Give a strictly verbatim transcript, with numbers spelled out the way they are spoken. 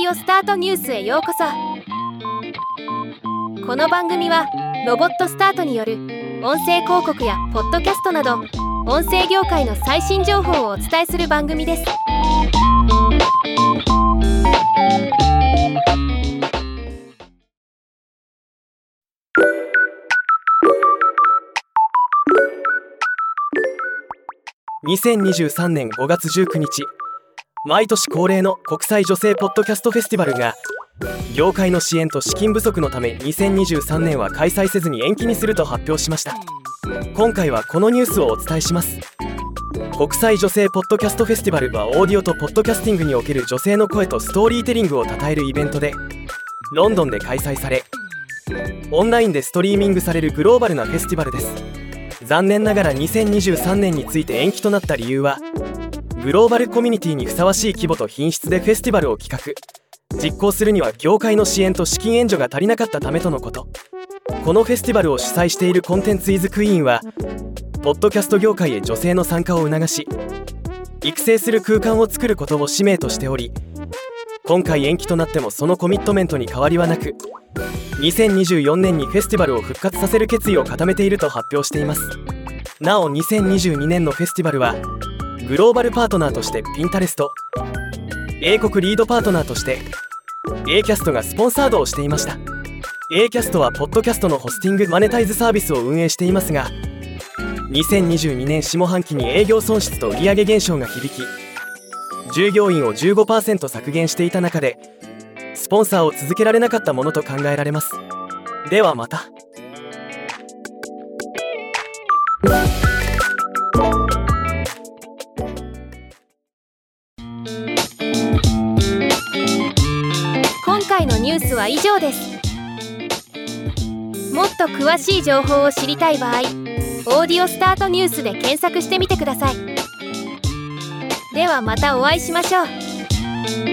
オスタートニュースへようこそ。この番組はロボットスタートによる音声広告やポッドキャストなど音声業界の最新情報をお伝えする番組です。 にせんにじゅうさんねんごがつじゅうくにち、毎年恒例の国際女性ポッドキャストフェスティバルが業界の支援と資金不足のためにせんにじゅうさんねんは開催せずに延期にすると発表しました。今回はこのニュースをお伝えします。国際女性ポッドキャストフェスティバルはオーディオとポッドキャスティングにおける女性の声とストーリーテリングを称えるイベントで、ロンドンで開催されオンラインでストリーミングされるグローバルなフェスティバルです。残念ながらにせんにじゅうさんねんについて延期となった理由は、グローバルコミュニティにふさわしい規模と品質でフェスティバルを企画実行するには業界の支援と資金援助が足りなかったためとのこと。このフェスティバルを主催しているコンテンツイズクイーンは、ポッドキャスト業界へ女性の参加を促し育成する空間を作ることを使命としており、今回延期となってもそのコミットメントに変わりはなく、にせんにじゅうよねんにフェスティバルを復活させる決意を固めていると発表しています。なおにせんにじゅうにねんのフェスティバルはグローバルパートナーとしてピンタレスト、英国リードパートナーとして A キャストがスポンサードをしていました。 A キャストはポッドキャストのホスティングマネタイズサービスを運営していますが、にせんにじゅうにねん下半期に営業損失と売上減少が響き、従業員を じゅうごパーセント 削減していた中でスポンサーを続けられなかったものと考えられます。ではまた。 今回のニュースは以上です。もっと詳しい情報を知りたい場合、オーディオスタートニュースで検索してみてください。ではまたお会いしましょう。